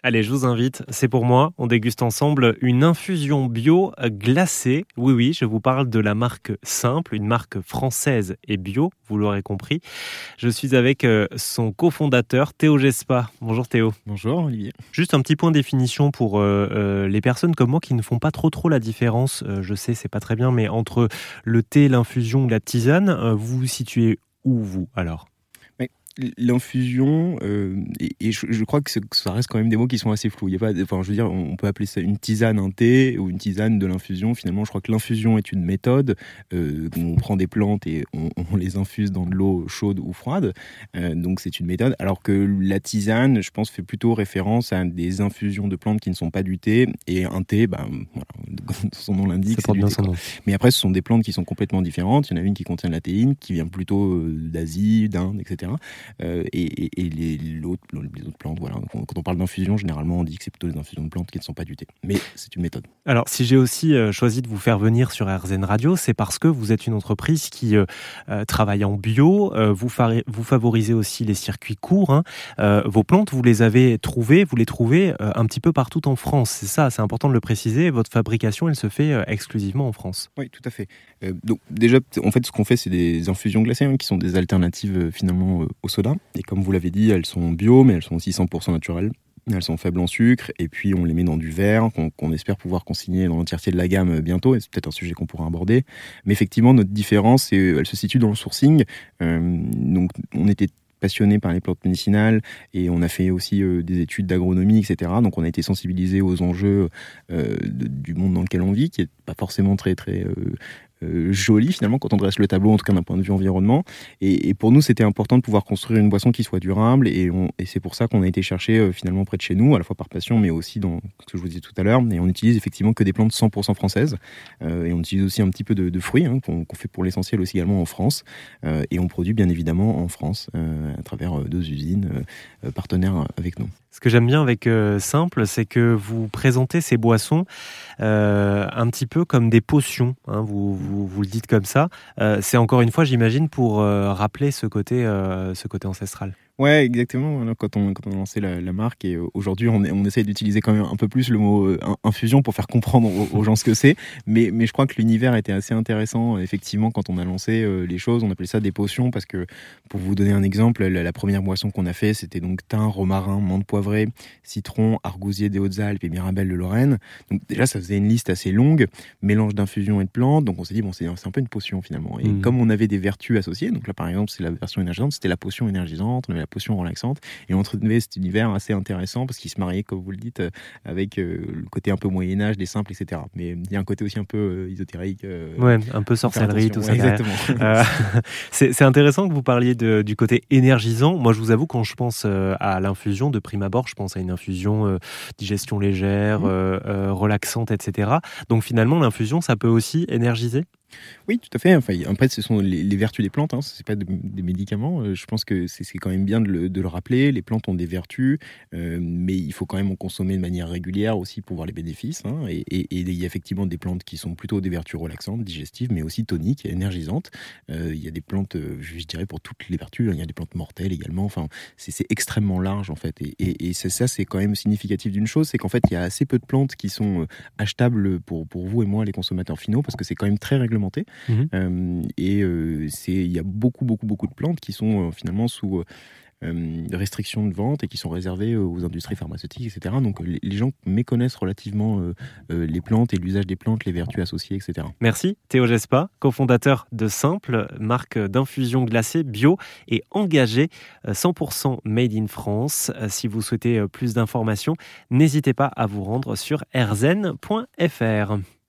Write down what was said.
Allez, je vous invite, c'est pour moi. On déguste ensemble une infusion bio glacée. Oui, je vous parle de la marque Simple, une marque française et bio, vous l'aurez compris. Je suis avec son cofondateur, Théo Gespa. Bonjour Théo. Bonjour Olivier. Juste un petit point de définition pour les personnes comme moi qui ne font pas trop la différence, je sais, c'est pas très bien, mais entre le thé, l'infusion ou la tisane, vous vous situez où vous alors ? L'infusion, et je crois que ça reste quand même des mots qui sont assez flous. Il y a pas, enfin, je veux dire, on peut appeler ça une tisane, un thé, ou une tisane de l'infusion. Finalement, je crois que l'infusion est une méthode. On prend des plantes et on les infuse dans de l'eau chaude ou froide. Donc, c'est une méthode. Alors que la tisane, je pense, fait plutôt référence à des infusions de plantes qui ne sont pas du thé. Et un thé, voilà, son nom l'indique, c'est du thé. Mais après, ce sont des plantes qui sont complètement différentes. Il y en a une qui contient de la théine, qui vient plutôt d'Asie, d'Inde, etc. Et les autres plantes, voilà. Quand on parle d'infusion, généralement on dit que c'est plutôt des infusions de plantes qui ne sont pas du thé. Mais c'est une méthode. Alors, si j'ai aussi choisi de vous faire venir sur RZN Radio, c'est parce que vous êtes une entreprise qui travaille en bio. Vous favorisez aussi les circuits courts. Hein. Vos plantes, vous les trouvez un petit peu partout en France. C'est ça, c'est important de le préciser. Votre fabrication, elle se fait exclusivement en France. Oui, tout à fait. Donc déjà, en fait, ce qu'on fait, c'est des infusions glacées, qui sont des alternatives finalement au soda. Et comme vous l'avez dit, elles sont bio, mais elles sont aussi 100% naturelles. Elles sont faibles en sucre, et puis on les met dans du verre, qu'on espère pouvoir consigner dans l'entièreté de la gamme bientôt, et c'est peut-être un sujet qu'on pourra aborder. Mais effectivement, notre différence, elle se situe dans le sourcing. Donc on était passionné par les plantes médicinales et on a fait aussi des études d'agronomie, etc. Donc on a été sensibilisé aux enjeux du monde dans lequel on vit, qui est pas forcément très joli finalement quand on dresse le tableau, en tout cas d'un point de vue environnement. Et pour nous, c'était important de pouvoir construire une boisson qui soit durable, et c'est pour ça qu'on a été chercher finalement près de chez nous, à la fois par passion, mais aussi dans ce que je vous disais tout à l'heure. Et on utilise effectivement que des plantes 100% françaises, et on utilise aussi un petit peu de fruits qu'on fait pour l'essentiel aussi également en France, et on produit bien évidemment en France à travers 2 usines partenaires avec nous. Ce que j'aime bien avec Simple, c'est que vous présentez ces boissons un petit peu comme des potions. Hein, vous le dites comme ça. C'est encore une fois, j'imagine, pour rappeler ce côté ancestral. Ouais, exactement. Quand on a lancé la marque, et aujourd'hui on essaye d'utiliser quand même un peu plus le mot infusion pour faire comprendre aux gens ce que c'est. Mais je crois que l'univers était assez intéressant. Effectivement, quand on a lancé les choses, on appelait ça des potions, parce que, pour vous donner un exemple, la première boisson qu'on a fait, c'était donc thym, romarin, menthe poivrée, citron, argousier des Hautes-Alpes et mirabelle de Lorraine. Donc déjà, ça faisait une liste assez longue, mélange d'infusions et de plantes. Donc on s'est dit, c'est un peu une potion finalement. Et comme on avait des vertus associées, donc là par exemple c'est la version énergisante, c'était la potion énergisante, on avait la potion relaxante, et on trouvait cet univers assez intéressant parce qu'il se mariait, comme vous le dites, avec le côté un peu Moyen-Âge, des simples, etc. Mais il y a un côté aussi un peu ésotérique. Ouais, un peu sorcellerie, tout ça. Ouais, exactement. C'est intéressant que vous parliez du côté énergisant. Moi, je vous avoue, quand je pense à l'infusion, de prime abord, je pense à une infusion digestion légère, relaxante, etc. Donc finalement, l'infusion, ça peut aussi énergiser ? Oui, tout à fait. Enfin, après, ce sont les vertus des plantes, hein. C'est pas des médicaments. Je pense que c'est quand même bien de le rappeler. Les plantes ont des vertus, mais il faut quand même en consommer de manière régulière aussi pour voir les bénéfices. Hein. Et il y a effectivement des plantes qui sont plutôt des vertus relaxantes, digestives, mais aussi toniques et énergisantes. Il y a des plantes, je dirais, pour toutes les vertus. Il y a des plantes mortelles également. Enfin, c'est extrêmement large en fait. Et c'est quand même significatif d'une chose, c'est qu'en fait, il y a assez peu de plantes qui sont achetables pour vous et moi, les consommateurs finaux, parce que c'est quand même très réglementé. Il y a beaucoup de plantes qui sont finalement sous restrictions de vente et qui sont réservées aux industries pharmaceutiques, etc. Donc les gens méconnaissent relativement les plantes et l'usage des plantes, les vertus associées, etc. Merci Théo Gespa, cofondateur de Simple, marque d'infusion glacée bio et engagée 100% made in France. Si vous souhaitez plus d'informations, n'hésitez pas à vous rendre sur rzn.fr.